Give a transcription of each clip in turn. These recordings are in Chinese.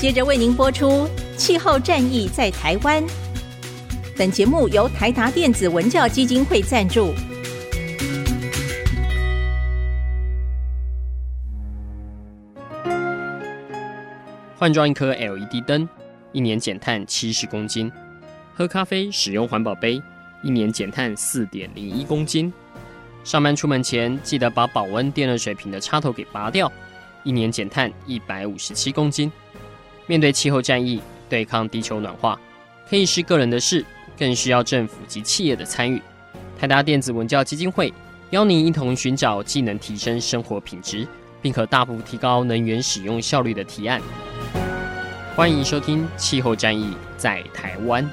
接着为您播出气候战役在台湾。本节目由台达电子文教基金会赞助。 换装一颗 LED 灯，一年减碳70公斤；喝咖啡使用环保杯，一年减碳4.01公斤；上班出门前记得把保温电热水瓶的插头给拔掉，一年减碳157公斤。面对气候战役，对抗地球暖化，可以是个人的事，更需要政府及企业的参与。台达电子文教基金会邀您一同寻找既能提升生活品质，并可大幅提高能源使用效率的提案。欢迎收听《气候战役在台湾》。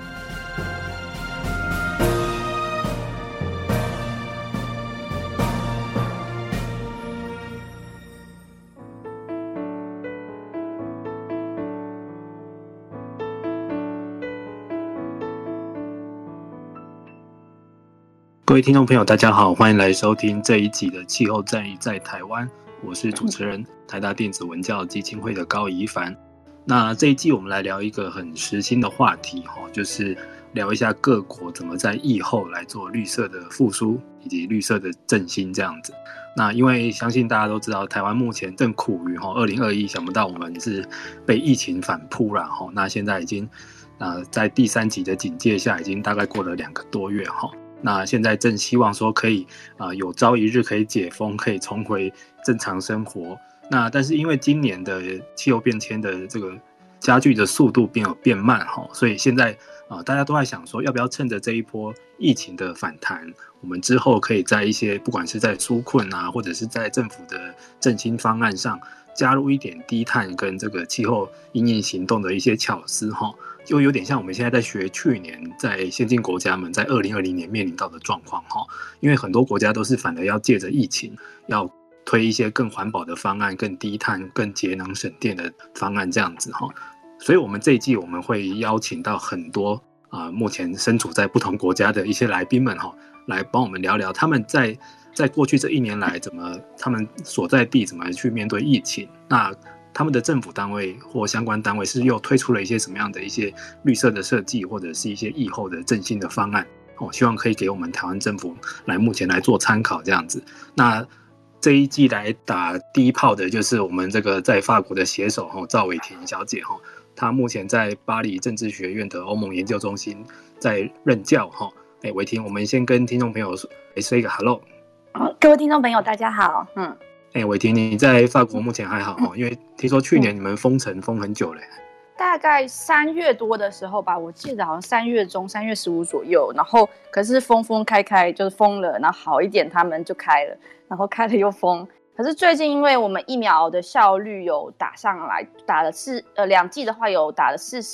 各位听众朋友大家好，欢迎来收听这一集的气候战役在台湾，我是主持人台达电子文教基金会的高宜凡。那这一季我们来聊一个很时兴的话题，就是聊一下各国怎么在疫后来做绿色的复苏以及绿色的振兴这样子。那因为相信大家都知道，台湾目前正苦于2021，想不到我们是被疫情反扑了，那现在已经在第3级的警戒下，已经大概过了2个多月。那现在正希望说可以有朝一日可以解封，可以重回正常生活。那但是因为今年的气候变迁的这个加剧的速度变慢，所以现在大家都在想说，要不要趁着这一波疫情的反弹，我们之后可以在一些不管是在纾困或者是在政府的振兴方案上加入一点低碳跟这个气候因应行动的一些巧思，就有点像我们现在在学去年在先进国家们在2020年面临到的状况。因为很多国家都是反而要借着疫情要推一些更环保的方案，更低碳更节能省电的方案这样子。所以我们这一季我们会邀请到很多目前身处在不同国家的一些来宾们来帮我们聊聊他们在过去这1年来他们所在地怎么去面对疫情，那他们的政府单位或相关单位是又推出了一些什么样的一些绿色的设计，或者是一些疫后的振兴的方案，希望可以给我们台湾政府目前来做参考这样子。那这一季来打第一炮的就是我们这个在法国的写手赵伟婷小姐，她目前在巴黎政治学院的欧盟研究中心在任教。伟婷，我们先跟听众朋友说一个 hello。 各位听众朋友大家好。 伟婷，你在法国目前还好因为听说去年你们封城封很久了。 大概3月多的时候吧，我记得好像3月中3月15左右，然后可是封开就是封了，然后好一点他们就开了，然后开了又封。可是最近因为我们疫苗的效率有打上来，打了2剂的话有打了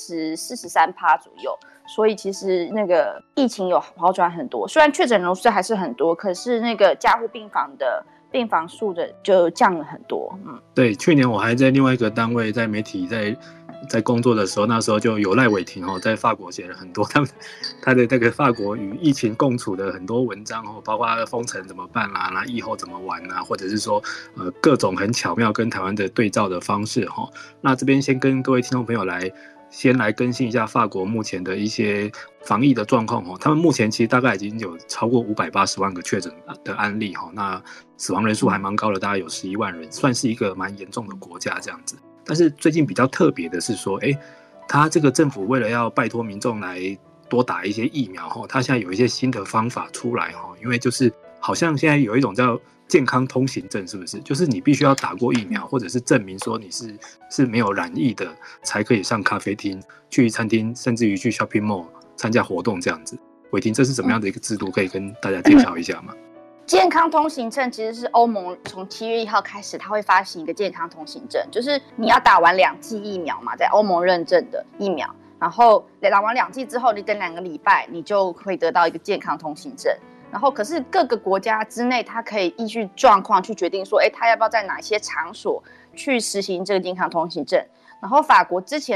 43%左右，所以其实那个疫情有好转很多。虽然确诊人数还是很多，可是那个加护病房的病房数的就降了很多。 对，去年我还在另外一个单位在媒体在工作的时候，那时候就有赖伟婷在法国写了很多他的那个法国与疫情共处的很多文章，包括封城怎么办啦，那疫后怎么玩啊，或者是说各种很巧妙跟台湾的对照的方式。那这边先跟各位听众朋友先来更新一下法国目前的一些防疫的状况。他们目前其实大概已经有超过580万个确诊的案例，那死亡人数还蛮高的，大概有11万人，算是一个蛮严重的国家这样子。但是最近比较特别的是说，他这个政府为了要拜托民众来多打一些疫苗，他现在有一些新的方法出来，因为就是好像现在有一种叫健康通行证，是不是？就是你必须要打过疫苗，或者是证明说你是没有染疫的，才可以上咖啡厅、去餐厅，甚至于去 shopping mall 参加活动这样子。伟霆，这是怎么样的一个制度？可以跟大家介绍一下吗？ 健康通行证其实是欧盟从7月1号开始，它会发行一个健康通行证，就是你要打完2剂疫苗嘛，在欧盟认证的疫苗，然后打完2剂之后，你等2个礼拜，你就会得到一个健康通行证。然后可是各个国家之内，它可以依据状况去决定说，它要不要在哪些场所去实行这个健康通行证。然后法国之前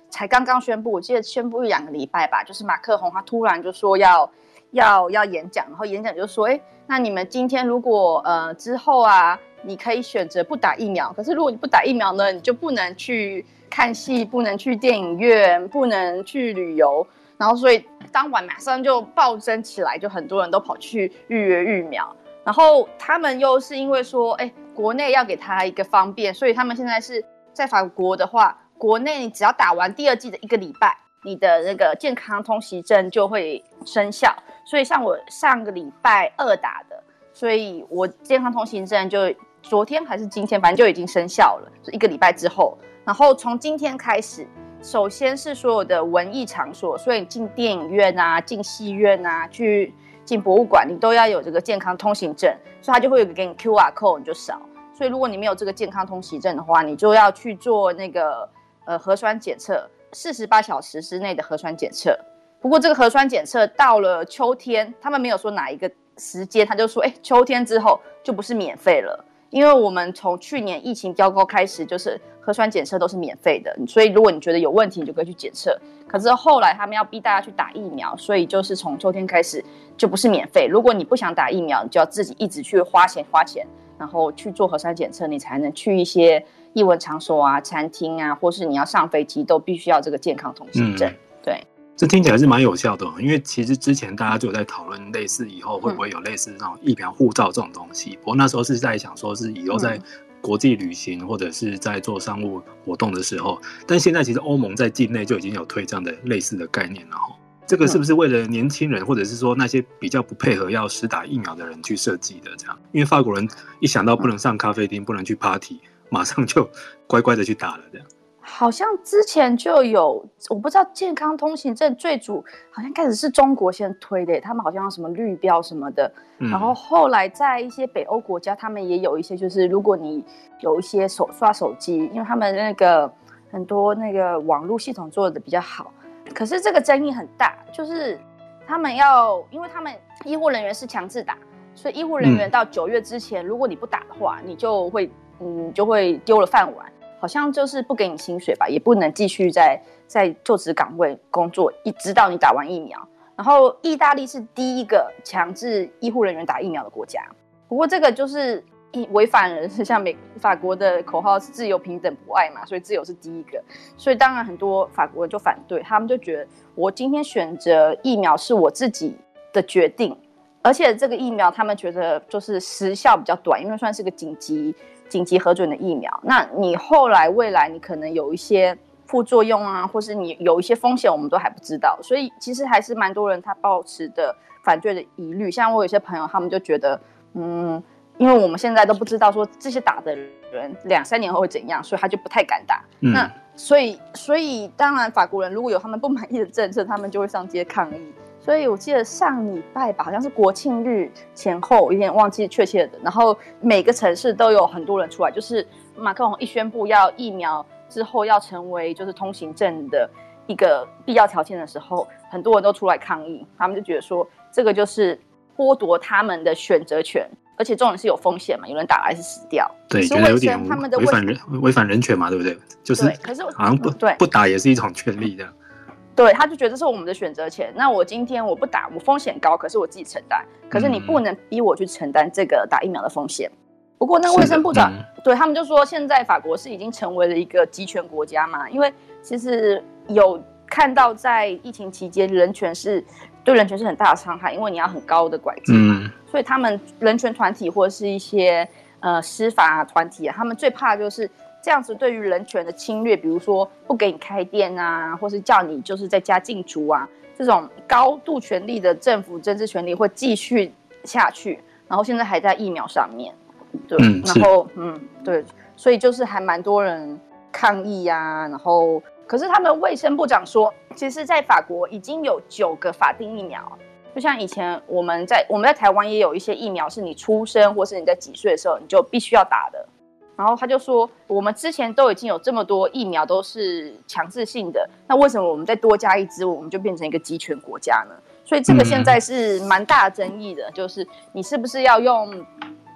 才刚刚宣布，我记得宣布1-2个礼拜吧，就是马克宏他突然就说要演讲，然后演讲就说，那你们今天如果之后啊，你可以选择不打疫苗，可是如果你不打疫苗呢，你就不能去看戏，不能去电影院，不能去旅游。然后所以当晚马上就暴增起来，就很多人都跑去预约疫苗。然后他们又是因为说，国内要给他一个方便，所以他们现在是在法国的话，国内你只要打完第2剂的1个礼拜，你的那个健康通行证就会生效。所以像我上个礼拜2打的，所以我健康通行证就昨天还是今天，反正就已经生效了，就1个礼拜之后。然后从今天开始，首先是所有的文艺场所，所以进电影院啊、进戏院啊、进博物馆，你都要有这个健康通行证，所以它就会有给你 QR code， 你就扫。所以如果你没有这个健康通行证的话，你就要去做那个核酸检测，48小时之内的核酸检测。不过这个核酸检测到了秋天，他们没有说哪一个时间，他就说秋天之后就不是免费了。因为我们从去年疫情飙高开始，就是核酸检测都是免费的，所以如果你觉得有问题，你就可以去检测。可是后来他们要逼大家去打疫苗，所以就是从秋天开始就不是免费。如果你不想打疫苗，你就要自己一直去花钱，然后去做核酸检测，你才能去一些艺文场所啊、餐厅啊，或是你要上飞机，都必须要这个健康通行证。对。 这听起来是蛮有效的，因为其实之前大家就有在讨论类似以后会不会有类似那种疫苗护照这种东西，不过那时候是在想说是以后在国际旅行或者是在做商务活动的时候，但现在其实欧盟在境内就已经有推这样的类似的概念了。这个是不是为了年轻人或者是说那些比较不配合要施打疫苗的人去设计的这样？因为法国人一想到不能上咖啡厅、不能去 party， 马上就乖乖的去打了这样。 好像之前就有，我不知道健康通行证好像开始是中国先推的，他们好像有什么绿标什么的，然后后来在一些北欧国家，他们也有一些，就是如果你有一些刷手机，因为他们那个很多那个网络系统做的比较好，可是这个争议很大，就是因为他们医护人员是强制打，所以医护人员到9月之前，如果你不打的话，你就会丢了饭碗。好像就是不给你薪水吧，也不能继续在就职岗位工作，直到你打完疫苗。然后意大利是第一个强制医护人员打疫苗的国家，不过这个就是违反了像法国的口号是自由、平等、博爱嘛，所以自由是第一个，所以当然很多法国人就反对，他们就觉得我今天选择疫苗是我自己的决定，而且这个疫苗他们觉得就是时效比较短，因为算是个紧急核准的疫苗，那你未来你可能有一些副作用啊，或是你有一些风险，我们都还不知道，所以其实还是蛮多人他抱持的反对的疑虑。像我有些朋友，他们就觉得，因为我们现在都不知道说这些打的人2-3年后会怎样，所以他就不太敢打。那所以当然法国人如果有他们不满意的政策，他们就会上街抗议。所以我记得上礼拜吧，好像是国庆日前后，有点忘记确切的。然后每个城市都有很多人出来，就是马克龙一宣布要疫苗之后要成为就是通行证的一个必要条件的时候，很多人都出来抗议。他们就觉得说，这个就是剥夺他们的选择权，而且重点是有风险嘛，有人打来是死掉。 对，觉得有点违反人权嘛，对不对？就是可是好像不打也是一种权利这样。 对，他就觉得这是我们的选择权。那我今天我不打，我风险高，可是我自己承担。可是你不能逼我去承担这个打疫苗的风险。不过那个卫生部长对他们就说，现在法国是已经成为了一个集权国家嘛，因为其实有看到在疫情期间，对人权是很大的伤害，因为你要很高的拐子嘛，所以他们人权团体或者是一些司法团体啊，他们最怕的就是这样子对于人权的侵略，比如说不给你开店啊，或是叫你就是在家禁足啊，这种高度权力的政府政治权力会继续下去，然后现在还在疫苗上面，对，然后对，所以就是还蛮多人抗议啊，然后可是他们卫生部长说，其实在法国已经有9个法定疫苗，就像以前我们在台湾也有一些疫苗是你出生或是你在几岁的时候你就必须要打的。然后他就说，我们之前都已经有这么多疫苗都是强制性的，那为什么我们再多加一支，我们就变成一个集权国家呢？所以这个现在是蛮大的争议的，就是你是不是要用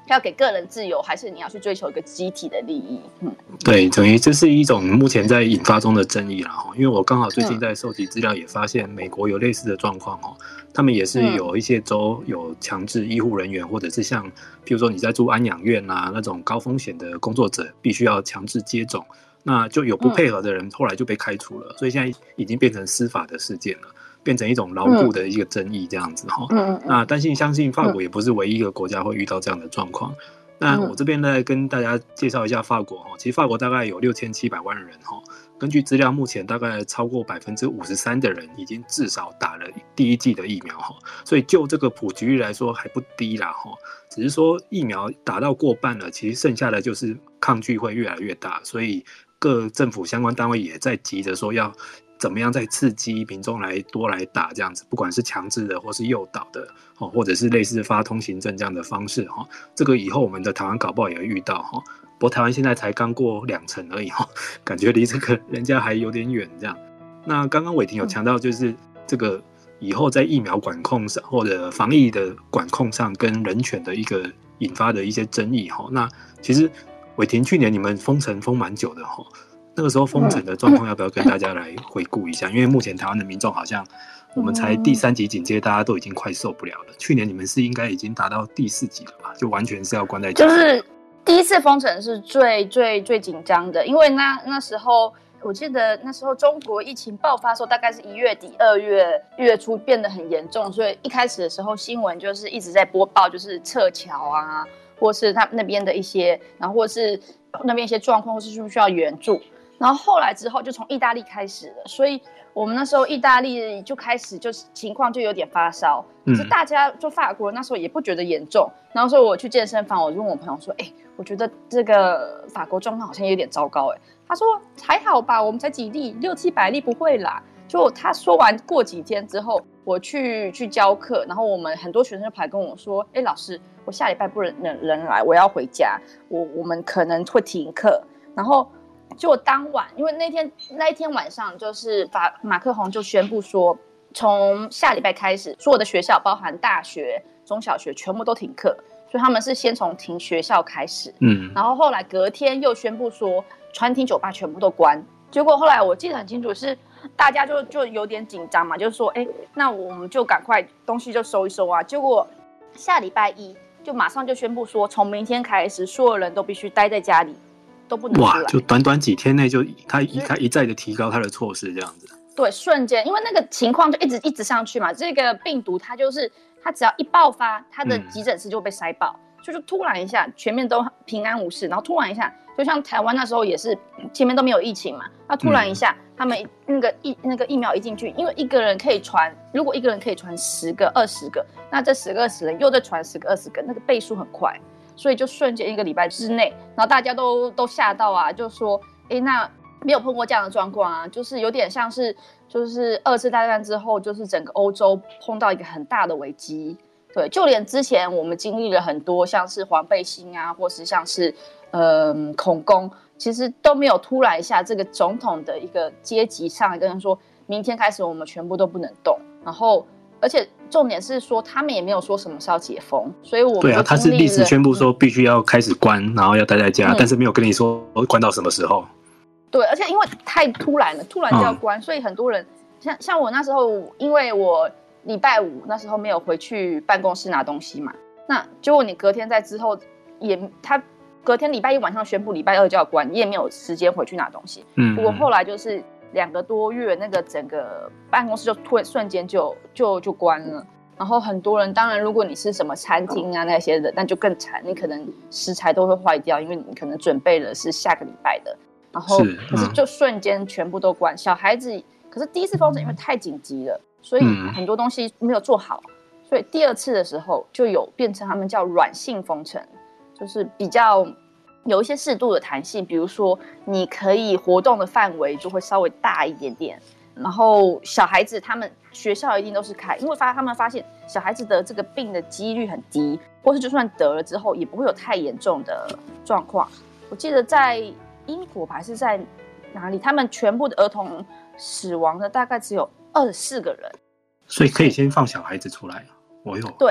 要给个人自由，还是你要去追求一个集体的利益？ 对，等于这是一种目前在引发中的争议啦。因为我刚好最近在收集资料，也发现美国有类似的状况他们也是有一些州有强制医护人员，或者是像譬如说你在住安养院啊那种高风险的工作者，必须要强制接种，那就有不配合的人后来就被开除了，所以现在已经变成司法的事件了。变成一种牢固的一个争议这样子那但是相信法国也不是唯一一个国家会遇到这样的状况。那我这边呢跟大家介绍一下法国其实法国大概有6700万人根据资料，目前大概超过53%的人已经至少打了第一剂的疫苗所以就这个普及率来说还不低啦只是说疫苗打到过半了，其实剩下的就是抗拒会越来越大，所以各政府相关单位也在急着说要怎么样再刺激民众多来打这样子，不管是强制的或是诱导的或者是类似发通行证这样的方式这个以后我们的台湾搞不好也会遇到不过台湾现在才刚过2成而已感觉离这个人家还有点远这样。那刚刚伟霆有强调就是这个以后在疫苗管控上或者防疫的管控上跟人权的一个引发的一些争议那其实伟霆去年你们封城封蛮久的那个时候封城的状况要不要跟大家来回顾一下？因为目前台湾的民众好像我们才第3级警戒，大家都已经快受不了了。去年你们是应该已经达到第4级了吧？就完全是要关在家。 就是第一次封城是最紧张的，因为那时候我记得那时候中国疫情爆发的时候，大概是1月底2月初变得很严重，所以一开始的时候新闻就是一直在播报，就是撤侨啊，或是他那边的一些，然后或是那边一些状况，或是需不需要援助。然后后来之后就从意大利开始了，所以我们那时候意大利就开始就是情况就有点发烧，可是大家就法国那时候也不觉得严重。然后说我去健身房，我就问我朋友说，我觉得这个法国状况好像有点糟糕他说还好吧，我们才几例，600-700例不会啦。就他说完过几天之后，我去教课，然后我们很多学生就跑来跟我说，老师，我下礼拜不能来，我要回家，我们可能会停课。然后就当晚，因为那一天晚上，就是马克宏就宣布说，从下礼拜开始，所有的学校，包含大学、中小学，全部都停课。所以他们是先从停学校开始，然后后来隔天又宣布说，餐厅、酒吧全部都关。结果后来我记得很清楚，是大家就有点紧张嘛，就是说，那我们就赶快东西就收一收啊。结果下礼拜一就马上就宣布说，从明天开始，所有人都必须待在家里。都不能出来。 哇！就短短几天内就他一再的提高他的措施，这样子。 对，瞬间，因为那个情况就一直上去嘛。这个病毒它只要一爆发，它的急诊室就会被塞爆，就突然一下全面都平安无事，然后突然一下，就像台湾那时候也是前面都没有疫情嘛，那突然一下，他们那个疫苗一进去，因为一个人可以传，如果一个人可以传10个、20个，那这10个、20人又再传10个、20个，那个倍数很快。所以就瞬间1个礼拜之内，然后大家都吓到啊，就说，那没有碰过这样的状况啊，就是有点像是就是2次大战之后，就是整个欧洲碰到一个很大的危机。对，就连之前我们经历了很多，像是黄背心啊，或是像是恐攻，其实都没有突然一下这个总统的一个阶级上来跟人说，明天开始我们全部都不能动，然后。而且重点是说，他们也没有说什么时候解封，所以我们对啊，他是立时宣布说必须要开始关，然后要待在家，但是没有跟你说关到什么时候。 对，而且因为太突然了，突然就要关，所以很多人像我那时候，因为我礼拜5那时候没有回去办公室拿东西嘛，那结果你隔天在之后他隔天礼拜1晚上宣布礼拜2就要关，你也没有时间回去拿东西。不过后来就是2个多月，那个整个办公室就瞬间就关了。然后很多人，当然如果你是什么餐厅啊那些的，那就更惨，你可能食材都会坏掉，因为你可能准备的是下个礼拜的。然后可是就瞬间全部都关。小孩子，可是第一次封城因为太紧急了，所以很多东西没有做好，所以第2次的时候就有变成他们叫软性封城，就是比较有一些适度的弹性，比如说你可以活动的范围就会稍微大一点点，然后小孩子他们学校一定都是开，因为他们发现小孩子得这个病的几率很低，或是就算得了之后也不会有太严重的状况。我记得在英国吧，还是在哪里，他们全部的儿童死亡的大概只有24个人， 所以可以先放小孩子出来。 对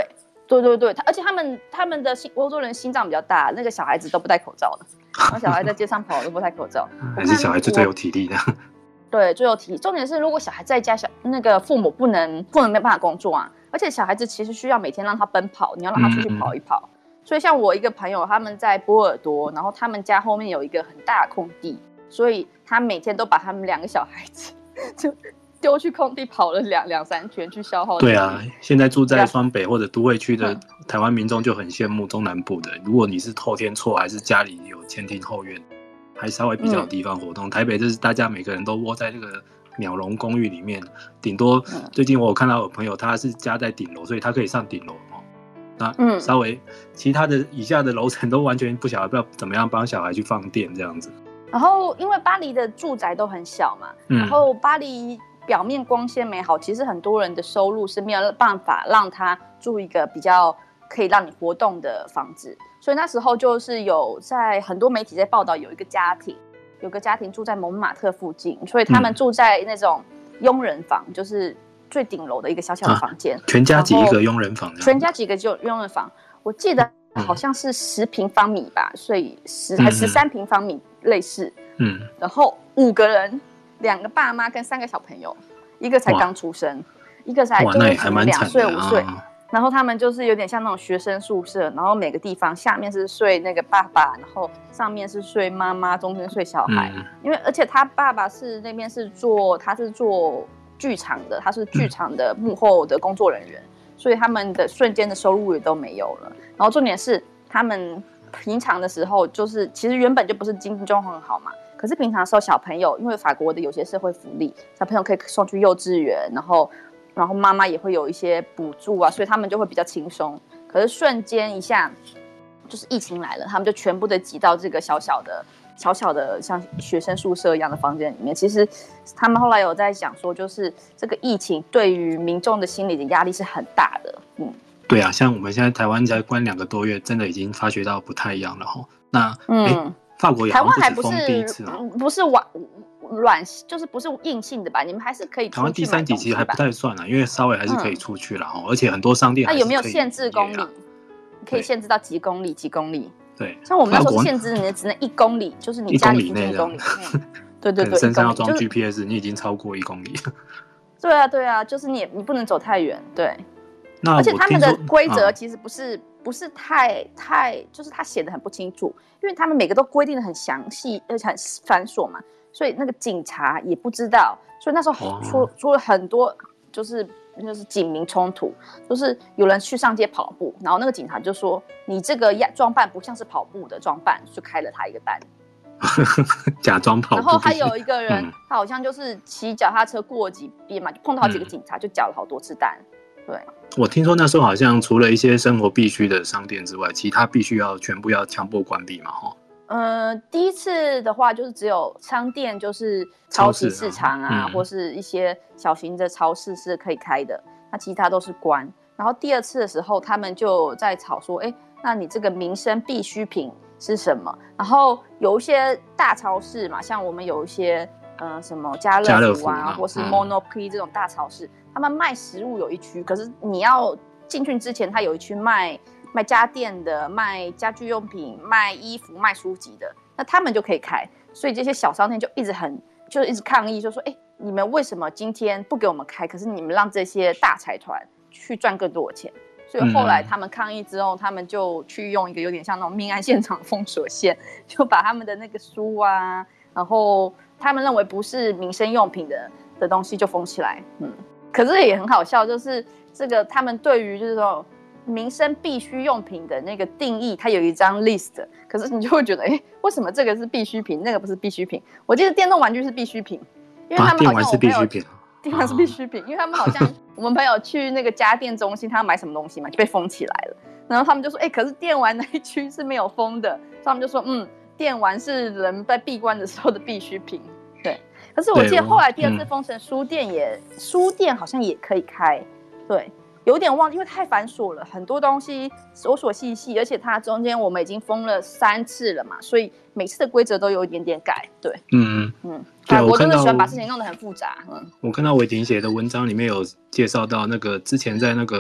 对对对，而且他们的欧洲人心脏比较大，那个小孩子都不戴口罩的，然后小孩在街上跑都不戴口罩。 还是小孩子最有体力的。 对，最有体力。重点是，如果小孩在家，那个父母不能没办法工作啊，而且小孩子其实需要每天让他奔跑，你要让他出去跑一跑。所以像我一个朋友，他们在波尔多，然后他们家后面有一个很大的空地，所以他每天都把他们2个小孩子就丢去空地跑了两三圈去消耗。 对啊，现在住在双北或者都会区的台湾民众就很羡慕中南部的。如果你是后天厝，还是家里有前庭后院，还稍微比较有地方活动。台北就是大家每个人都窝在这个鸟笼公寓里面，顶多最近我有看到有朋友他是家在顶楼，所以他可以上顶楼。那稍微其他的以下的楼层都完全不晓得要怎么样帮小孩去放电这样子。 然后因为巴黎的住宅都很小嘛，然后巴黎表面光鲜美好，其实很多人的收入是没有办法让他住一个比较可以让你活动的房子，所以那时候就是有在很多媒体在报道，有个家庭住在蒙马特附近，所以他们住在那种佣人房，就是最顶楼的一个小小的房间， 全家挤一个佣人房， 全家挤个佣人房，我记得好像是10平方米吧，所以还13平方米类似，然后5个人，2个爸妈跟3个小朋友，一个才刚出生，一个才就是2岁5岁，然后他们就是有点像那种学生宿舍，然后每个地方下面是睡那个爸爸，然后上面是睡妈妈，中间睡小孩，因为而且他爸爸那边是做剧场的，他是剧场的幕后的工作人员，所以他们的瞬间的收入也都没有了。然后重点是他们平常的时候，就是其实原本就不是经济状况很好嘛，可是平常的时候小朋友，因为法国的有些社会福利，小朋友可以送去幼稚园，然后妈妈也会有一些补助啊，所以他们就会比较轻松。可是瞬间一下就是疫情来了，他们就全部的挤到这个小小的像学生宿舍一样的房间里面。其实他们后来有在讲说，就是这个疫情对于民众的心理的压力是很大的。 对啊，像我们现在台湾才关2个多月，真的已经发觉到不太一样了齁。那法国也好像不止封第一次不是就是不是硬性的吧？你们还是可以出去买东西吧。 台湾第3级其实还不太算因为稍微还是可以出去啦而且很多商店还是可以。 那有没有限制公里？可以限制到几公里？ 对， 像我们那时候限制你只能1公里，就是你家里附近1公里。对对对， 身上要装 GPS， 你已经超过1公里。 对啊，就是你不能走太远。对， 而且他们的规则其实不是太，就是他写的很不清楚，因为他们每个都规定的很详细，而且很繁琐嘛，所以那个警察也不知道，所以那时候出了很多就是警民冲突，就是有人去上街跑步，然后那个警察就说你这个装扮不像是跑步的装扮，就开了他一个单。 假装跑步。 然后还有一个人，他好像就是骑脚踏车过几遍嘛，就碰到好几个警察，就缴了好多次单。对， 我听说那时候好像除了一些生活必需的商店之外，其他必须全部要强迫关闭嘛第一次的话就是只有商店，就是超级市场啊，或是一些小型的超市是可以开的，那其他都是关。然后第2次的时候，他们就在吵说，那你这个民生必需品是什么？然后有一些大超市嘛，像我们有一些什么家乐福啊，或是 Monoprix 这种大超市，他们卖食物有一区，可是你要进去之前，他有一区卖家电的、卖家居用品、卖衣服、卖书籍的，那他们就可以开。所以这些小商店就一直抗议，就说：你们为什么今天不给我们开？可是你们让这些大财团去赚更多的钱。所以后来他们抗议之后，他们就去用一个有点像那种命案现场封锁线，就把他们的那个书啊，然后他们认为不是民生用品的东西就封起来。可是也很好笑，就是这个他们对于就是说民生必需用品的那个定义，它有一张 list， 可是你就会觉得，为什么这个是必需品，那个不是必需品？我记得电动玩具是必需品，因为他们好像电玩是必需品。 电玩是必需品，因为他们好像我们朋友去那个家电中心，他要买什么东西嘛，就被封起来了。然后他们就说，可是电玩那一区是没有封的，所以他们就说，电玩是人在闭关的时候的必需品。对，可是我记得后来第2次封城，书店好像也可以开。对，有点忘记，因为太繁琐了，很多东西琐琐细细，而且它中间我们已经封了3次了嘛，所以每次的规则都有一点点改。对，我真的喜欢把事情弄得很复杂。 我看到伟霆写的文章里面有介绍到，那个之前在那个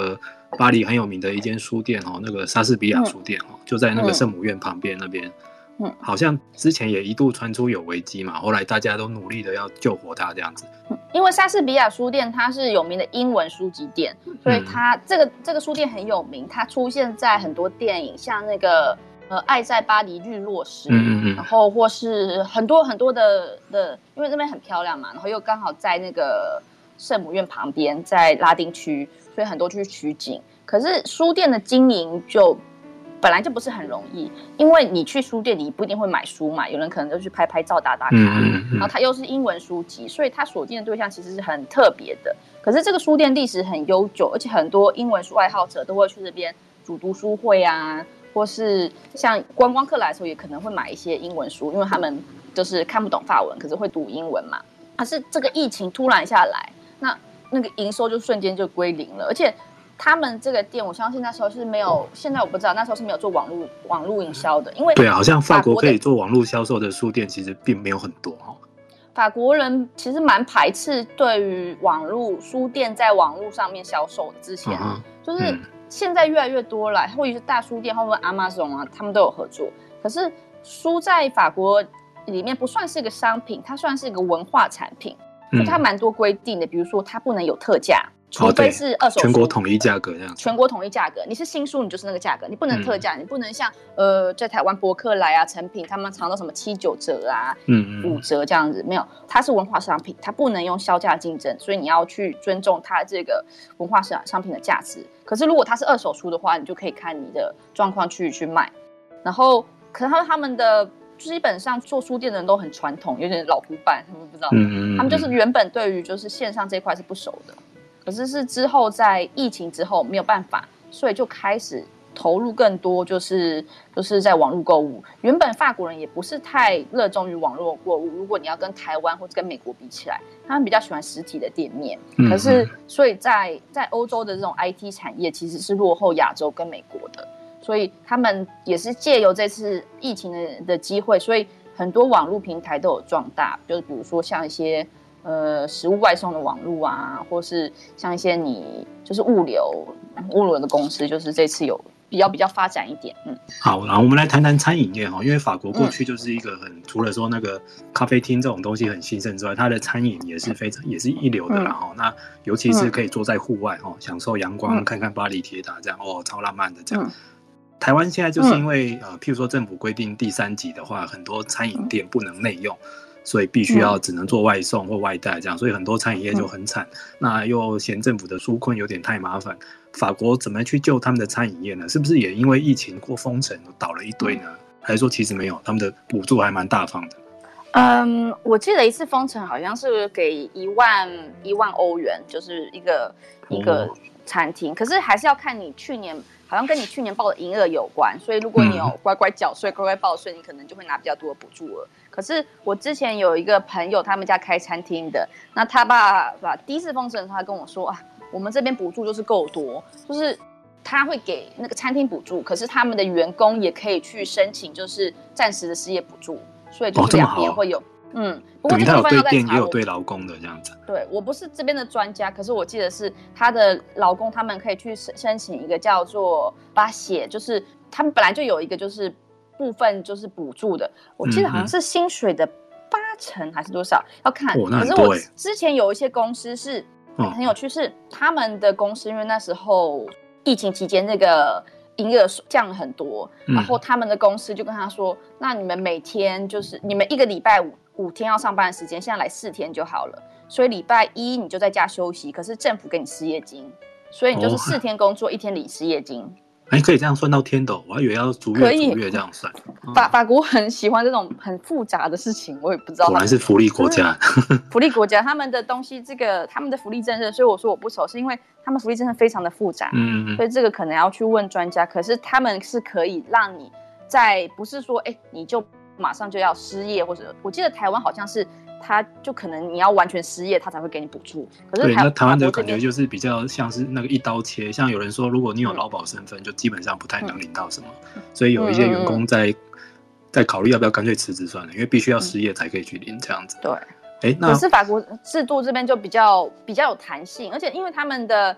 巴黎很有名的一间书店哦，那个莎士比亚书店哦，就在那个圣母院旁边那边。好像之前也一度传出有危机嘛，后来大家都努力的要救活它这样子。 因为莎士比亚书店它是有名的英文书籍店，所以它这个书店很有名，它出现在很多电影，像那个爱在巴黎日落时，然后或是很多很多的，因为那边很漂亮嘛，然后又刚好在那个圣母院旁边，在拉丁区，所以很多去取景。可是书店的经营就本来就不是很容易，因为你去书店你不一定会买书嘛，有人可能就去拍拍照打打卡，然后它又是英文书籍，所以它锁定的对象其实是很特别的。可是这个书店历史很悠久，而且很多英文书爱好者都会去这边组读书会啊，或是像观光客来的时候也可能会买一些英文书，因为他们就是看不懂法文，可是会读英文嘛。可是这个疫情突然下来，那个营收就瞬间就归零了，而且他们这个店，我相信那时候是没有，现在我不知道，那时候是没有做网络营销的，因为对啊，好像法国可以做网络销售的书店其实并没有很多哦。 法国人其实蛮排斥对于网络书店在网络上面销售之前，就是现在越来越多了，或者是大书店，或者 Amazon 啊，他们都有合作。可是书在法国里面不算是一个商品，它算是一个文化产品，所以它蛮多规定的，比如说它不能有特价。除非是二手书， 全国统一价格这样子。 全国统一价格，你是新书，你就是那个价格，你不能特价，你不能像在台湾博客来啊、成品，他们常到什么7、9折啊、5折这样子，没有，它是文化商品，它不能用销价竞争，所以你要去尊重它这个文化商品的价值。可是如果它是二手书的话，你就可以看你的状况去卖。然后，可能他们的基本上做书店的人都很传统，有点老古板，他们不知道，他们就是原本对于就是线上这一块是不熟的。可是之后在疫情之后没有办法，所以就开始投入更多，就是在网络购物。原本法国人也不是太热衷于网络购物，如果你要跟台湾或者跟美国比起来，他们比较喜欢实体的店面。可是所以在欧洲的这种 IT 产业其实是落后亚洲跟美国的，所以他们也是借由这次疫情的机会，所以很多网络平台都有壮大，就是比如说像一些食物外送的网络啊，或是像一些你就是物流的公司，就是这次有比较发展一点。 好，然后我们来谈谈餐饮业哈，因为法国过去就是一个除了说那个咖啡厅这种东西很兴盛之外，它的餐饮也是也是一流的啦哈。那尤其是可以坐在户外享受阳光，看看巴黎铁塔这样超浪漫的这样。台湾现在就是因为譬如说政府规定第3级的话，很多餐饮店不能内用。所以必须要只能做外送或外带这样，所以很多餐饮业就很惨。那又嫌政府的纾困有点太麻烦，法国怎么去救他们的餐饮业呢？是不是也因为疫情或封城倒了一堆呢？还是说其实没有，他们的补助还蛮大方的？ 我记得一次封城好像是给1万欧元，就是一个餐厅，可是还是要看你去年。好像跟你去年报的营业额有关，所以如果你有乖乖缴税、乖乖报税，你可能就会拿比较多的补助额。可是我之前有一个朋友，他们家开餐厅的，那他爸第一次封城的时候，他跟我说我们这边补助就是够多，就是他会给那个餐厅补助，可是他们的员工也可以去申请，就是暂时的失业补助，所以就是2边会有。不过这个地方要再查， 对店也有对劳工的这样子。 对，我不是这边的专家，可是我记得是他的劳工，他们可以去申请一个叫做巴血，就是他们本来就有一个就是部分就是补助的，我记得好像是薪水的80%还是多少，要看。可是我之前有一些公司是很有趣，是他们的公司因为那时候疫情期间那个营业额降了很多，然后他们的公司就跟他说，那你们每天就是你们1个礼拜5天要上班的时间，现在来4天就好了。所以礼拜1你就在家休息，可是政府给你失业金，所以你就是4天工作1天领失业金。 可以这样算到天的，我还以为要逐月这样算。 法国很喜欢这种很复杂的事情，我也不知道。 果然是福利国家。 福利国家他们的东西，他们的福利政策，所以我说我不熟，是因为他们福利政策非常的复杂，所以这个可能要去问专家。可是他们是可以让你不是说你就马上就要失业，或者我记得台湾好像是他就可能你要完全失业他才会给你补助，可是那台湾的感觉就是比较像是那个一刀切，像有人说如果你有劳保身份就基本上不太能领到什么，所以有一些员工在考虑要不要干脆辞职算了，因为必须要失业才可以去领这样子。 对，可是法国制度这边就比较有弹性，而且因为他们的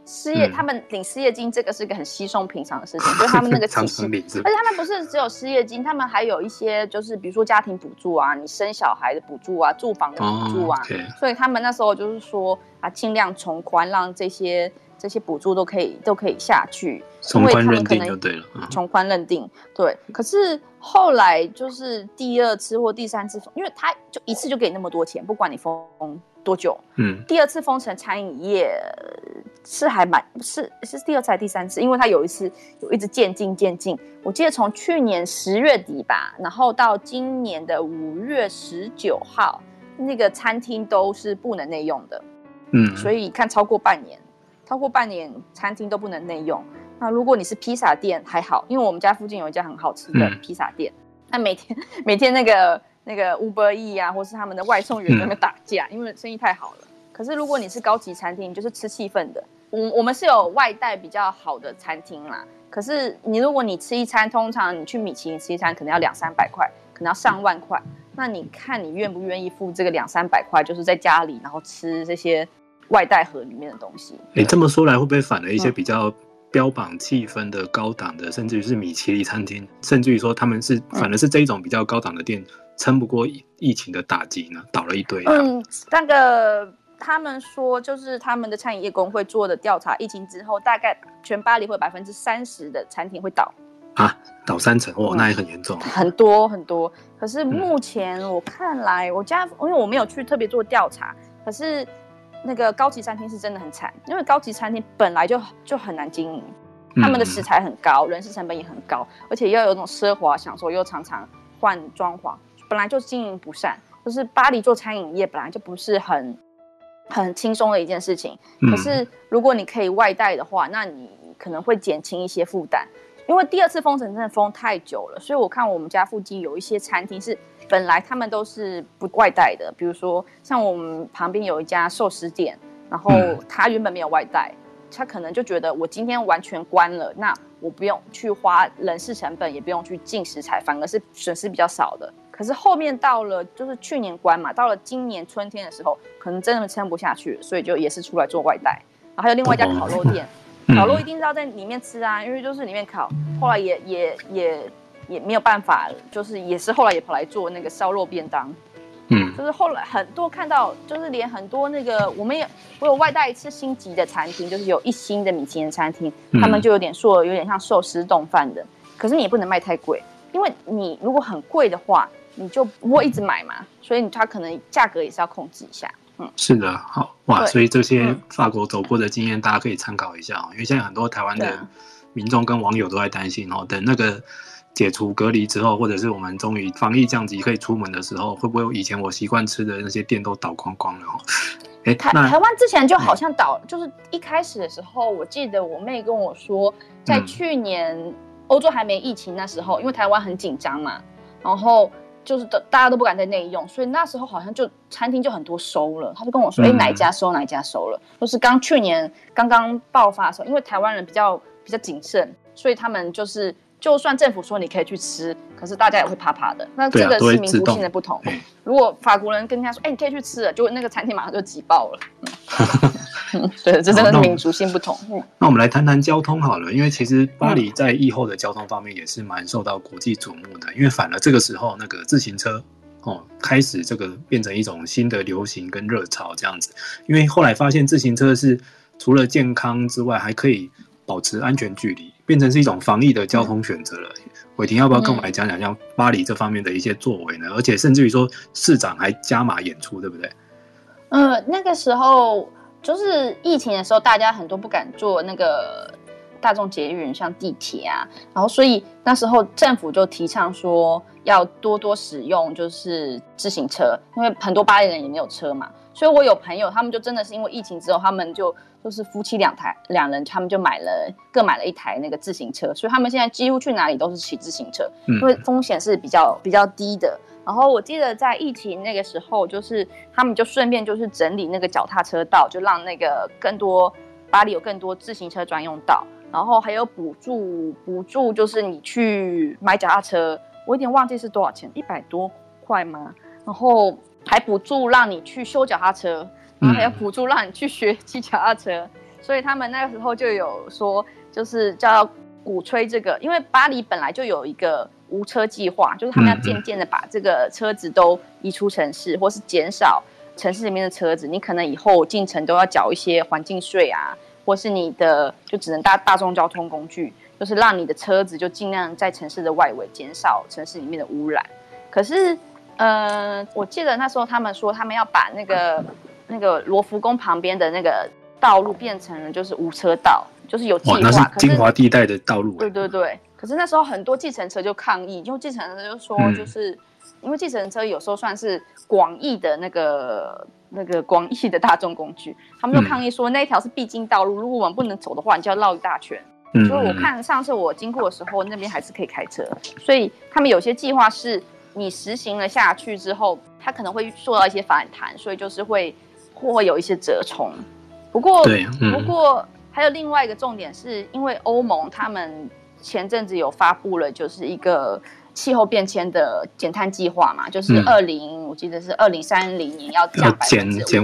失业，他们领失业金这个是个很稀松平常的事情，就是他们那个体系，而且他们不是只有失业金，他们还有一些就是比如说家庭补助啊，你生小孩的补助啊，住房的补助啊，所以他们那时候就是说啊，尽量从宽，让这些补助都可以下去， 从宽认定就对了， 从宽认定对。可是后来就是第二次或第三次，因为他就一次就给你那么多钱，不管你封多久，第二次封城餐饮业是第二次还是第三次？因为他有一次有一直渐进，我记得从去年10月底吧，然后到今年的5月19号，那个餐厅都是不能内用的，所以看超过半年餐厅都不能内用。那如果你是披萨店还好，因为我们家附近有一家很好吃的披萨店，那每天那个 Uber Eats 啊，或是他们的外送员在那边打架，因为生意太好了。可是如果你是高级餐厅，就是吃气氛的，我们是有外带比较好的餐厅啦。可是如果你吃一餐，通常你去米其林吃一餐可能要200-300块，可能要上万块。那你看你愿不愿意付这个200-300块，就是在家里然后吃这些外带盒里面的东西？ 这么说来，会不会反而一些比较标榜气氛的高档的，甚至于是米其林餐厅，甚至于说他们是反而是这一种比较高档的店，撑不过疫情的打击呢，倒了一堆。 那个他们说，就是他们的餐饮业工会做的调查，疫情之后大概全巴黎会有30%的餐厅会倒啊，倒30%，那也很严重， 很多很多。可是目前我看来，我家因为我没有去特别做调查，可是那个高级餐厅是真的很惨，因为高级餐厅本来就很难经营，他们的食材很高，人事成本也很高，而且要有种奢华享受，又常常换装潢，本来就经营不善。就是巴黎做餐饮业本来就不是很轻松的一件事情，可是如果你可以外带的话，那你可能会减轻一些负担。因为第二次封城真的封太久了，所以我看我们家附近有一些餐厅是本来他们都是不外带的，比如说像我们旁边有一家寿司店，然后他原本没有外带，他可能就觉得我今天完全关了，那我不用去花人事成本，也不用去进食材，反而是损失比较少的。可是后面到了就是去年关嘛，到了今年春天的时候，可能真的撑不下去了，所以就也是出来做外带。然后还有另外一家烤肉店，烤肉一定是要在里面吃啊，因为就是里面烤。后来也没有办法，就是也是后来也跑来做那个烧肉便当。就是后来很多看到，就是连很多那个我有外带一次星级的餐厅，就是有1星的米其林餐厅，他们就有点像寿司冻饭的，可是你也不能卖太贵，因为你如果很贵的话，你就不会一直买嘛，所以它可能价格也是要控制一下。 是的，好哇，所以这些法国走过的经验，大家可以参考一下因为现在很多台湾的民众跟网友都在担心等那个解除隔离之后，或者是我们终于防疫降级可以出门的时候，会不会以前我习惯吃的那些店都倒光光了台湾之前就好像倒，就是一开始的时候，我记得我妹跟我说，在去年欧洲还没疫情那时候，因为台湾很紧张嘛，然后就是大家都不敢在内用，所以那时候好像就餐厅就很多收了。他就跟我说，哪一家收哪一家收了，就是去年刚刚爆发的时候，因为台湾人比较谨慎，所以他们就算政府说你可以去吃，可是大家也会怕怕的。那这个是民族性的不同。如果法国人跟他说，你可以去吃了，就那个餐厅马上就挤爆了。对，这真的是民族性不同。 那我们来谈谈交通好了，因为其实巴黎在疫后的交通方面也是蛮受到国际瞩目的，因为反而这个时候那个自行车开始这个变成一种新的流行跟热潮这样子。因为后来发现自行车是除了健康之外，还可以保持安全距离，变成是一种防疫的交通选择了。伟霆要不要跟我们来讲讲像巴黎这方面的一些作为呢？而且甚至于说市长还加码演出，对不对？ 那个时候就是疫情的时候，大家很多不敢坐那个大众捷运，像地铁啊，然后所以那时候政府就提倡说要多多使用就是自行车，因为很多巴黎人也没有车嘛，所以我有朋友他们就真的是因为疫情之后，他们就是夫妻两人，他们就各买了一台那个自行车，所以他们现在几乎去哪里都是骑自行车，因为风险是比较低的。然后我记得在疫情那个时候，就是他们就顺便就是整理那个脚踏车道，就让那个巴黎有更多自行车专用道，然后还有补助就是你去买脚踏车，我有点忘记是多少钱，100多块吗？然后还补助让你去修脚踏车，然后还有补助让你去学骑脚踏车， 所以他们那个时候就有说，就是叫要鼓吹这个，因为巴黎本来就有一个无车计划，就是他们要渐渐的把这个车子都移出城市，或是减少城市里面的车子。你可能以后进城都要缴一些环境税啊，或是你的就只能搭大众交通工具，就是让你的车子就尽量在城市的外围减少城市里面的污染。可是我记得那时候他们说他们要把那个罗浮宫旁边的那个道路变成了就是无车道，就是有计划。 那是精华地带的道路。 对对对。可是那时候很多计程车就抗议，因为计程车就说，就是因为计程车有时候算是广义的那个广义的大众工具，他们就抗议说那一条是必经道路，如果我们不能走的话，你就要绕一大圈。所以我看上次我经过的时候，那边还是可以开车，所以他们有些计划是你实行了下去之后，它可能会受到一些反弹，所以就是会有一些折冲。不过还有另外一个重点是，因为欧盟他们前阵子有发布了就是一个气候变迁的减碳计划嘛，就是我记得是2030年要降减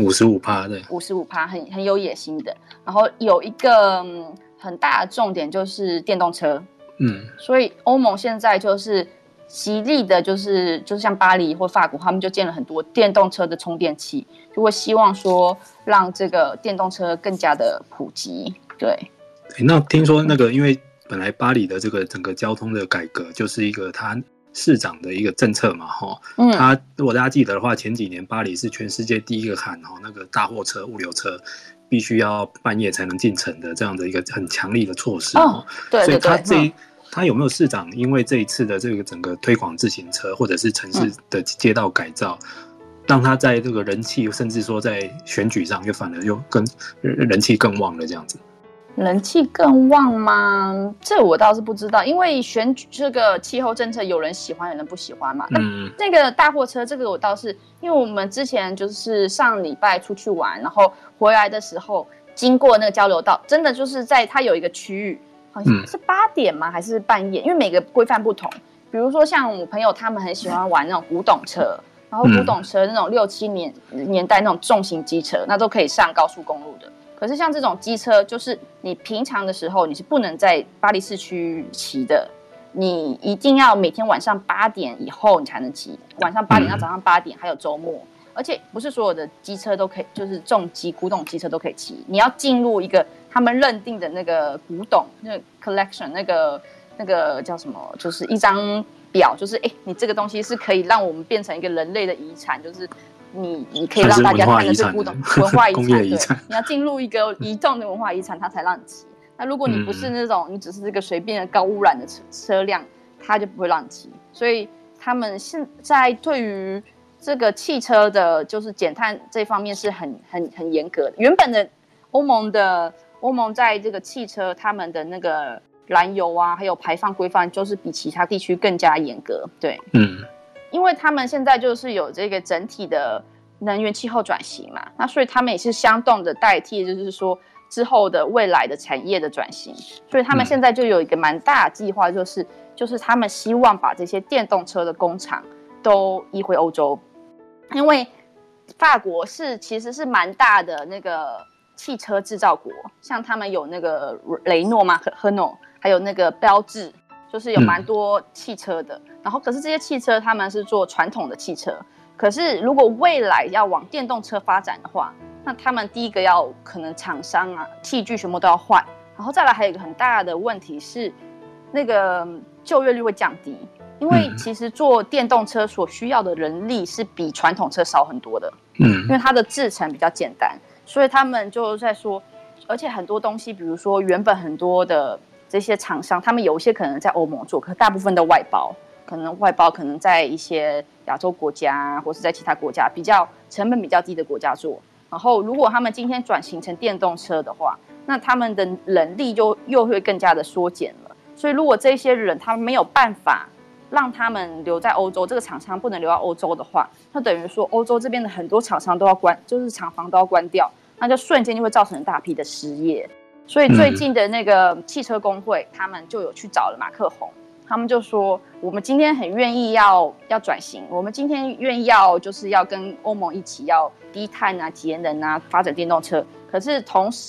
55%的 55%，很有野心的。然后有一个很大的重点就是电动车，所以欧盟现在就是极力的，就是像巴黎或法国，他们就建了很多电动车的充电器，就会希望说让这个电动车更加的普及。对， 那听说那个因为本来巴黎的这个整个交通的改革就是一个他市长的一个政策嘛，他如果大家记得的话，前几年巴黎是全世界第一个喊那个大货车、物流车必须要半夜才能进城的这样的一个很强力的措施。 对对对。 所以他有没有市长因为这一次的这个整个推广自行车或者是城市的街道改造，让他在这个人气甚至说在选举上反而又跟人气更旺了这样子？ 人气更旺吗？这我倒是不知道，因为选举这个气候政策有人喜欢有人不喜欢嘛。那个大货车这个我倒是，因为我们之前就是上礼拜出去玩，然后回来的时候经过那个交流道，真的就是在它有一个区域，好像是8点吗？还是半夜？因为每个规范不同。比如说像我朋友他们很喜欢玩那种古董车，然后古董车那种6、7年代那种重型机车，那都可以上高速公路的。可是像这种机车，就是你平常的时候你是不能在巴黎市区骑的，你一定要每天晚上8点以后你才能骑，晚上8点到早上8点，还有周末。而且不是所有的机车都可以，就是重机、古董机车都可以骑，你要进入一个他们认定的那个古董那个 collection， 那个叫什么，就是一张表，就是你这个东西是可以让我们变成一个人类的遗产，就是你可以让大家看的是古董文化遗产，对，你要进入一个移动的文化遗产，它才让你骑。那如果你不是那种，你只是这个随便的高污染的车辆，它就不会让你骑。所以他们现在对于这个汽车的，就是减碳这方面是很严格的。原本的欧盟在这个汽车他们的那个燃油啊，还有排放规范，就是比其他地区更加严格。对，因为他们现在就是有这个整体的能源气候转型嘛，那所以他们也是相动的代替，就是说之后的未来的产业的转型。所以他们现在就有一个蛮大的计划，就是他们希望把这些电动车的工厂都移回欧洲，因为法国其实是蛮大的那个汽车制造国，像他们有那个雷诺嘛，和诺，还有那个标致，就是有蛮多汽车的。然后可是这些汽车他们是做传统的汽车，可是如果未来要往电动车发展的话，那他们第一个要可能厂商啊器具全部都要换，然后再来还有一个很大的问题是那个就业率会降低，因为其实做电动车所需要的人力是比传统车少很多的，因为它的制程比较简单，所以他们就在说，而且很多东西，比如说原本很多的这些厂商，他们有一些可能在欧盟做，可是大部分都外包，可能在一些亚洲国家或是在其他国家比较成本比较低的国家做。然后如果他们今天转型成电动车的话，那他们的人力就又会更加的缩减了。所以如果这些人他们没有办法让他们留在欧洲，这个厂商不能留在欧洲的话，那等于说欧洲这边的很多厂商都要关，就是厂房都要关掉，那就瞬间就会造成大批的失业。所以最近的那个汽车工会，他们就有去找了马克宏，他们就说我们今天很愿意要转型，我们今天愿意就是要跟欧盟一起要低碳啊、节能啊，发展电动车。可是同时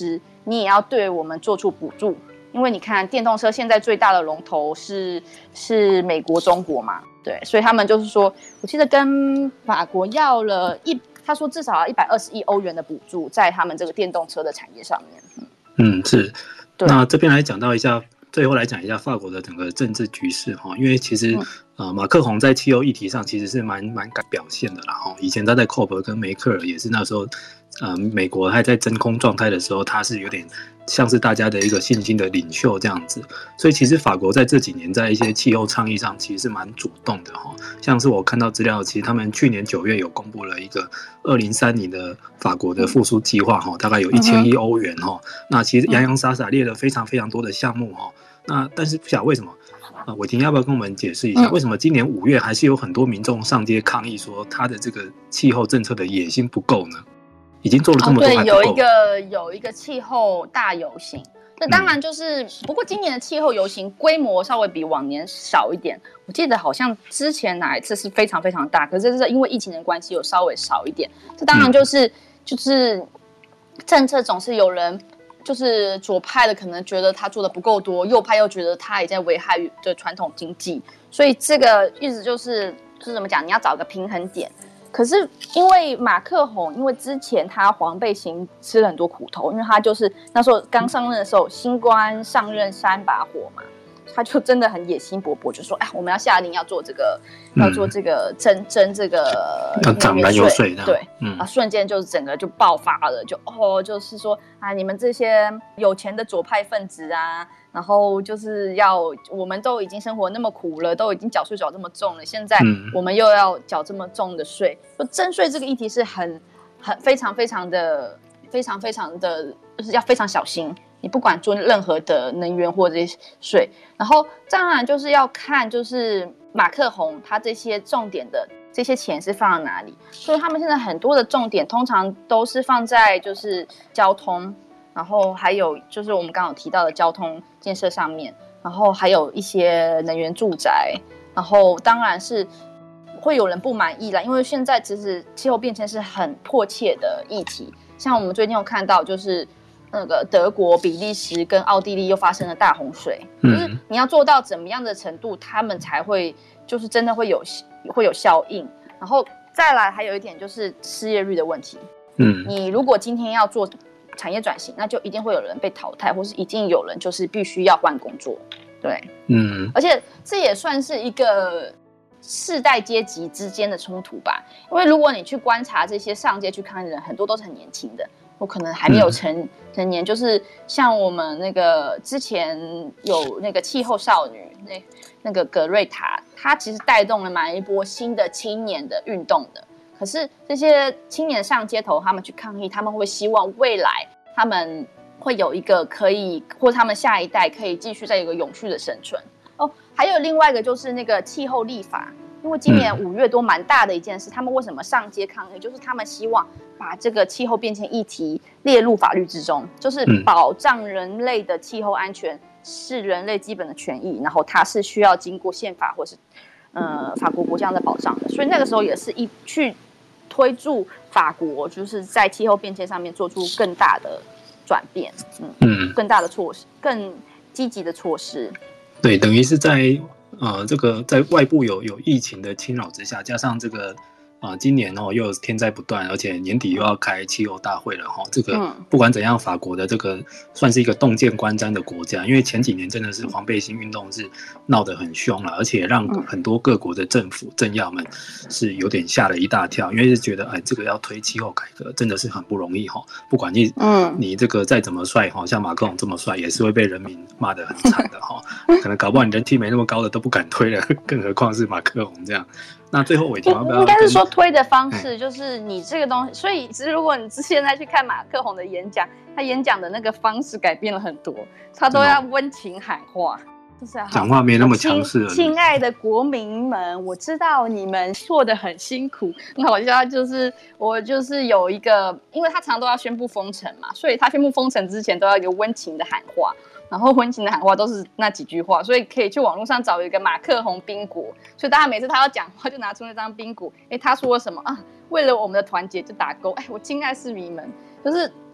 你也要对我们做出补助。因为你看电动车现在最大的龙头是美国、中国嘛，对，所以他们就是说，我记得跟法国要了他说至少要120亿欧元的补助在他们这个电动车的产业上面。 是。那这边来讲到一下，最后来讲一下法国的整个政治局势哈，因为其实马克宏在气候议题上其实是蛮敢表现的啦哈。以前他在 COP 跟梅克尔也是那时候，美国还在真空状态的时候，他是有点像是大家的一个信心的领袖这样子。所以其实法国在这几年在一些气候倡议上其实是蛮主动的哈。像是我看到资料，其实他们去年9月有公布了一个2030的法国的复苏计划哈，大概有1000亿欧元哈。那其实洋洋洒洒列了非常非常多的项目哈。那但是不晓得为什么伟霆要不要跟我们解释一下，为什么今年5月还是有很多民众上街抗议说他的这个气候政策的野心不够呢？已经做了这么多还不够。 对，有一个气候大游行，那当然就是不过今年的气候游行规模稍微比往年少一点，我记得好像之前哪一次是非常非常大，可是这是因为疫情的关系有稍微少一点。这当然就是政策总是有人。就是左派的可能觉得他做的不够多，右派又觉得他也在危害的传统经济，所以这个意思就是怎么讲，你要找个平衡点。可是因为马克宏，因为之前他黄背心吃了很多苦头，因为他就是那时候刚上任的时候，新官上任3把火嘛，他就真的很野心勃勃，就说哎，我们要下令要做这个征这个要涨燃油税， 对，瞬间就是整个就爆发了，就是说啊，你们这些有钱的左派分子啊，然后就是我们都已经生活那么苦了，都已经缴税缴这么重了，现在我们又要缴这么重的税，就征税这个议题是非常非常的，就是要非常小心。你不管做任何的能源或者税，然后当然就是要看就是马克宏他这些重点的这些钱是放在哪里，所以他们现在很多的重点通常都是放在就是交通，然后还有就是我们刚刚有提到的交通建设上面，然后还有一些能源住宅，然后当然是会有人不满意啦，因为现在其实气候变迁是很迫切的议题，像我们最近有看到就是那个德国、比利时跟奥地利又发生了大洪水，就是你要做到怎么样的程度，他们才会就是真的会有效应。然后再来还有一点就是失业率的问题，你如果今天要做产业转型，那就一定会有人被淘汰，或是一定有人就是必须要换工作，对，而且这也算是一个世代阶级之间的冲突吧，因为如果你去观察这些上街去抗议的人，很多都是很年轻的。我可能还没有成年，就是像我们那个之前有那个气候少女那个格瑞塔，她其实带动了蛮一波新的青年的运动的。可是这些青年上街头，他们去抗议，他们会希望未来他们会有一个可以，或者他们下一代可以继续在有一个永续的生存。还有另外一个就是那个气候立法。因为今年5月多蛮大的一件事，他们为什么上街抗议？就是他们希望把这个气候变迁议题列入法律之中，就是保障人类的气候安全是人类基本的权益，然后它是需要经过宪法或是法国国家的保障的。所以那个时候也是去推助法国，就是在气候变迁上面做出更大的转变，更大的措施，更积极的措施。 对，等于是在这个在外部有疫情的侵扰之下，加上这个今年又有天灾不断，而且年底又要开气候大会了这个不管怎样，法国的这个算是一个洞见观瞻的国家，因为前几年真的是黄背心运动是闹得很凶了，而且让很多各国的政府政要们是有点吓了一大跳，因为是觉得这个要推气候改革真的是很不容易不管你这个再怎么帅像马克宏这么帅，也是会被人民骂得很惨的可能搞不好你人气没那么高的都不敢推了，更何况是马克宏这样。那最后伟霆要不要？ 应该是说推的方式，就是你这个东西。所以，如果你现在去看马克宏的演讲，他演讲的那个方式改变了很多，他都要温情喊话，就是讲话没那么强势了。 亲爱的国民们，我知道你们做得很辛苦。那我就是有一个，因为他常常都要宣布封城嘛，所以他宣布封城之前都要有一个温情的喊话。然后温情的喊话都是那几句话，所以可以去网络上找一个马克宏宾果，所以大家每次他要讲话就拿出那张宾果，他说了什么啊？为了我们的团结就打勾，我敬爱市民们，就是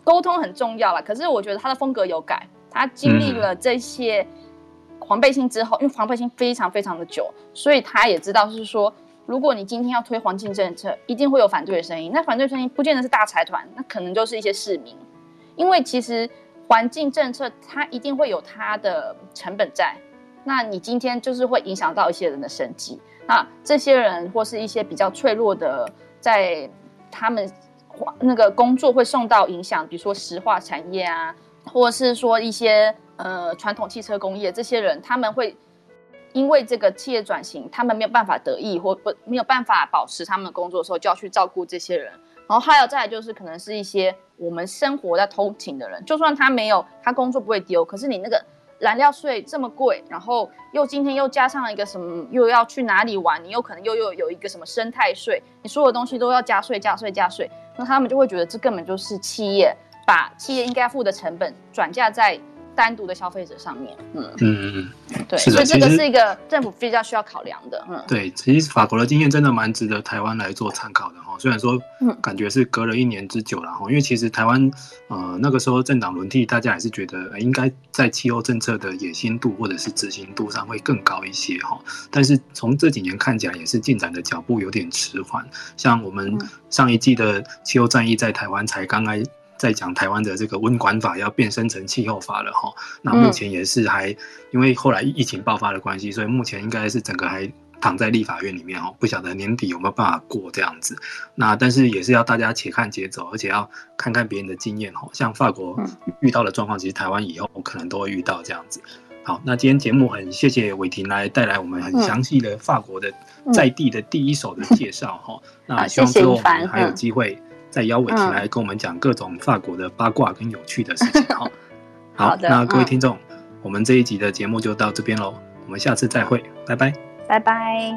沟通很重要啦。可是我觉得他的风格有改，他经历了这些黄背心之后，因为黄背心非常非常的久，所以他也知道是说，如果你今天要推环境政策，一定会有反对的声音。那反对声音不见得是大财团，那可能就是一些市民，因为其实环境政策它一定会有它的成本在。那你今天就是会影响到一些人的生计，那这些人或是一些比较脆弱的，在他们那个工作会受到影响，比如说石化产业啊，或者是说一些传统汽车工业，这些人他们会因为这个企业转型，他们没有办法得益或没有办法保持他们的工作的时候，就要去照顾这些人。然后还有再来就是可能是一些我们生活在通勤的人，就算他没有，他工作不会丢，可是你那个燃料税这么贵，然后今天又加上一个什么，又要去哪里玩，你有可能又有一个什么生态税，你所有东西都要加税，那他们就会觉得这根本就是企业把企业应该付的成本转嫁在单独的消费者上面。对，所以这个是一个政府比较需要考量的。 对，其实法国的经验真的蛮值得台湾来做参考的哈。虽然说感觉是隔了1年之久了哈，因为其实台湾那个时候政党轮替，大家还是觉得应该在气候政策的野心度或者是执行度上会更高一些哈。但是从这几年看起来，也是进展的脚步有点迟缓。像我们上一季的气候战役在台湾才刚刚在讲台湾的这个温管法要变身成气候法了哈，那目前也是还因为后来疫情爆发的关系，所以目前应该是整个还躺在立法院里面哈，不晓得年底有没有办法过这样子。那但是也是要大家且看且走，而且要看看别人的经验哈，像法国遇到的状况，其实台湾以后可能都会遇到这样子。好，那今天节目很谢谢伟霆来带来我们很详细的法国的在地的第一手的介绍哈。那希望之后我们还有机会再邀伟霆来跟我们讲各种法国的八卦跟有趣的事情哈。好，那各位听众，我们这一集的节目就到这边喽，我们下次再会，拜拜， 拜拜。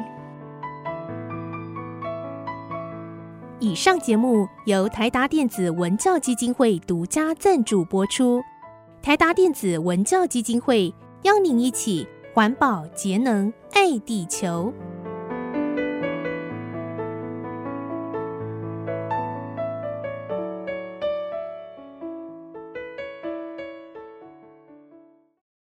以上节目由台达电子文教基金会独家赞助播出。台达电子文教基金会邀您一起环保节能爱地球。